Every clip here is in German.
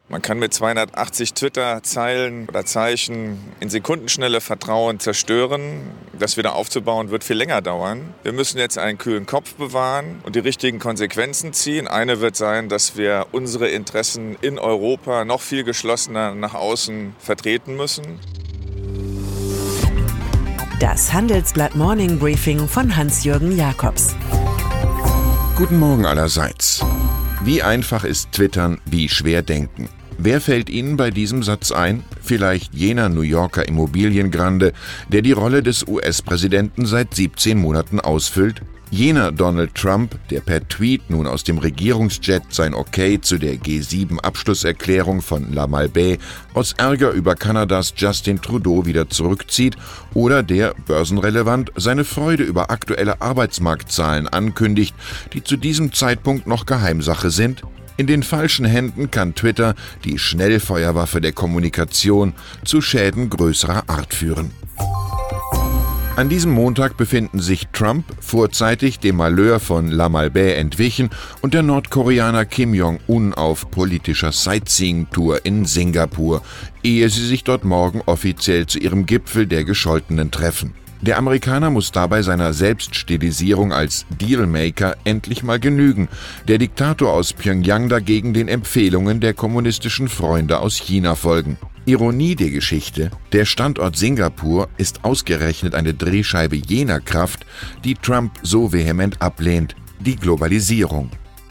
Man kann mit 280 Twitter-Zeilen oder Zeichen in Sekundenschnelle Vertrauen zerstören. Das wieder aufzubauen wird viel länger dauern. Wir müssen jetzt einen kühlen Kopf bewahren und die richtigen Konsequenzen ziehen. Eine wird sein, dass wir unsere Interessen in Europa noch viel geschlossener nach außen vertreten müssen. Das Handelsblatt Morning Briefing von Hans-Jürgen Jakobs. Guten Morgen allerseits. Wie einfach ist Twittern, wie schwer denken. Wer fällt Ihnen bei diesem Satz ein? Vielleicht jener New Yorker Immobiliengrande, der die Rolle des US-Präsidenten seit 17 Monaten ausfüllt? Jener Donald Trump, der per Tweet nun aus dem Regierungsjet sein Okay zu der G7-Abschlusserklärung von La Malbaie aus Ärger über Kanadas Justin Trudeau wieder zurückzieht, oder der, börsenrelevant, seine Freude über aktuelle Arbeitsmarktzahlen ankündigt, die zu diesem Zeitpunkt noch Geheimsache sind? In den falschen Händen kann Twitter, die Schnellfeuerwaffe der Kommunikation, zu Schäden größerer Art führen. An diesem Montag befinden sich Trump, vorzeitig dem Malheur von La Malbaie entwichen, und der Nordkoreaner Kim Jong-un auf politischer Sightseeing-Tour in Singapur, ehe sie sich dort morgen offiziell zu ihrem Gipfel der Gescholtenen treffen. Der Amerikaner muss dabei seiner Selbststilisierung als Dealmaker endlich mal genügen, der Diktator aus Pyongyang dagegen den Empfehlungen der kommunistischen Freunde aus China folgen. Ironie der Geschichte: Der Standort Singapur ist ausgerechnet eine Drehscheibe jener Kraft, die Trump so vehement ablehnt: die Globalisierung.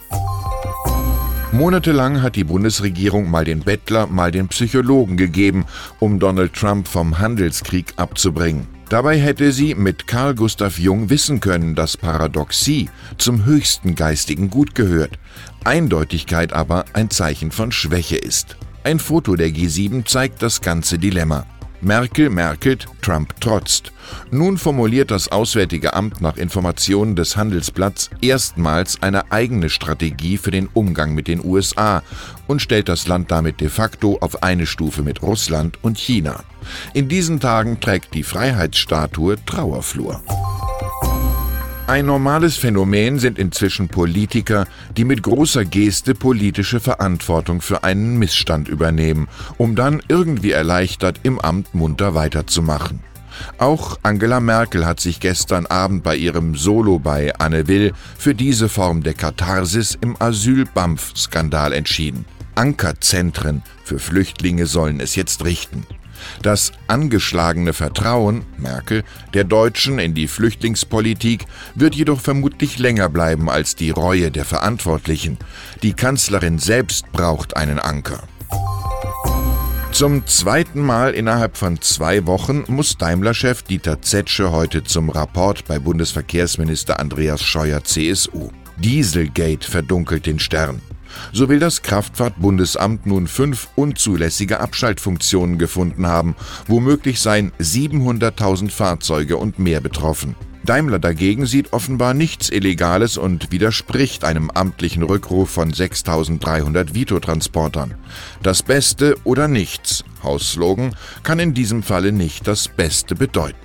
Monatelang hat die Bundesregierung mal den Bettler, mal den Psychologen gegeben, um Donald Trump vom Handelskrieg abzubringen. Dabei hätte sie mit Carl Gustav Jung wissen können, dass Paradoxie zum höchsten geistigen Gut gehört, Eindeutigkeit aber ein Zeichen von Schwäche ist. Ein Foto der G7 zeigt das ganze Dilemma. Merkel merkelt, Trump trotzt. Nun formuliert das Auswärtige Amt nach Informationen des Handelsblatts erstmals eine eigene Strategie für den Umgang mit den USA und stellt das Land damit de facto auf eine Stufe mit Russland und China. In diesen Tagen trägt die Freiheitsstatue Trauerflor. Ein normales Phänomen sind inzwischen Politiker, die mit großer Geste politische Verantwortung für einen Missstand übernehmen, um dann irgendwie erleichtert im Amt munter weiterzumachen. Auch Angela Merkel hat sich gestern Abend bei ihrem Solo bei Anne Will für diese Form der Katharsis im Asyl-BAMF-Skandal entschieden. Ankerzentren für Flüchtlinge sollen es jetzt richten. Das angeschlagene Vertrauen, Merkel, der Deutschen in die Flüchtlingspolitik wird jedoch vermutlich länger bleiben als die Reue der Verantwortlichen. Die Kanzlerin selbst braucht einen Anker. Zum zweiten Mal innerhalb von 2 Wochen muss Daimler-Chef Dieter Zetsche heute zum Rapport bei Bundesverkehrsminister Andreas Scheuer CSU. Dieselgate verdunkelt den Stern. So will das Kraftfahrtbundesamt nun 5 unzulässige Abschaltfunktionen gefunden haben. Womöglich seien 700.000 Fahrzeuge und mehr betroffen. Daimler dagegen sieht offenbar nichts Illegales und widerspricht einem amtlichen Rückruf von 6.300 Vito-Transportern. Das Beste oder nichts, Hausslogan, kann in diesem Falle nicht das Beste bedeuten.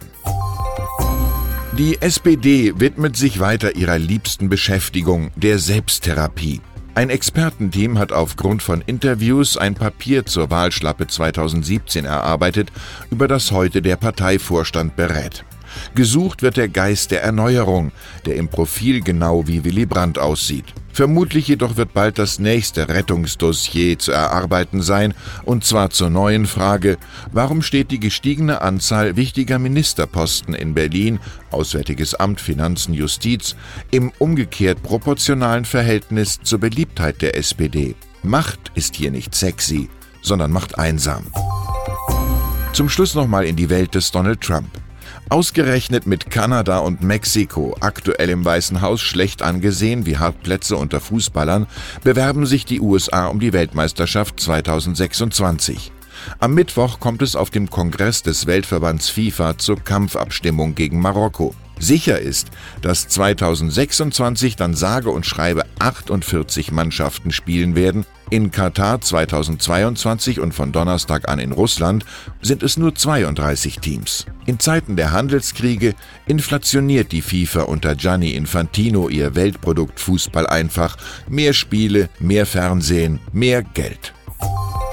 Die SPD widmet sich weiter ihrer liebsten Beschäftigung, der Selbsttherapie. Ein Expertenteam hat aufgrund von Interviews ein Papier zur Wahlschlappe 2017 erarbeitet, über das heute der Parteivorstand berät. Gesucht wird der Geist der Erneuerung, der im Profil genau wie Willy Brandt aussieht. Vermutlich jedoch wird bald das nächste Rettungsdossier zu erarbeiten sein, und zwar zur neuen Frage: Warum steht die gestiegene Anzahl wichtiger Ministerposten in Berlin, Auswärtiges Amt, Finanzen, Justiz, im umgekehrt proportionalen Verhältnis zur Beliebtheit der SPD? Macht ist hier nicht sexy, sondern macht einsam. Zum Schluss nochmal in die Welt des Donald Trump. Ausgerechnet mit Kanada und Mexiko, aktuell im Weißen Haus schlecht angesehen wie Hartplätze unter Fußballern, bewerben sich die USA um die Weltmeisterschaft 2026. Am Mittwoch kommt es auf dem Kongress des Weltverbands FIFA zur Kampfabstimmung gegen Marokko. Sicher ist, dass 2026 dann sage und schreibe 48 Mannschaften spielen werden. In Katar 2022 und von Donnerstag an in Russland sind es nur 32 Teams. In Zeiten der Handelskriege inflationiert die FIFA unter Gianni Infantino ihr Weltprodukt Fußball einfach. Mehr Spiele, mehr Fernsehen, mehr Geld.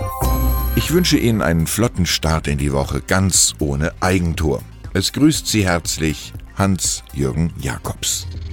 Ich wünsche Ihnen einen flotten Start in die Woche, ganz ohne Eigentor. Es grüßt Sie herzlich Hans-Jürgen Jakobs.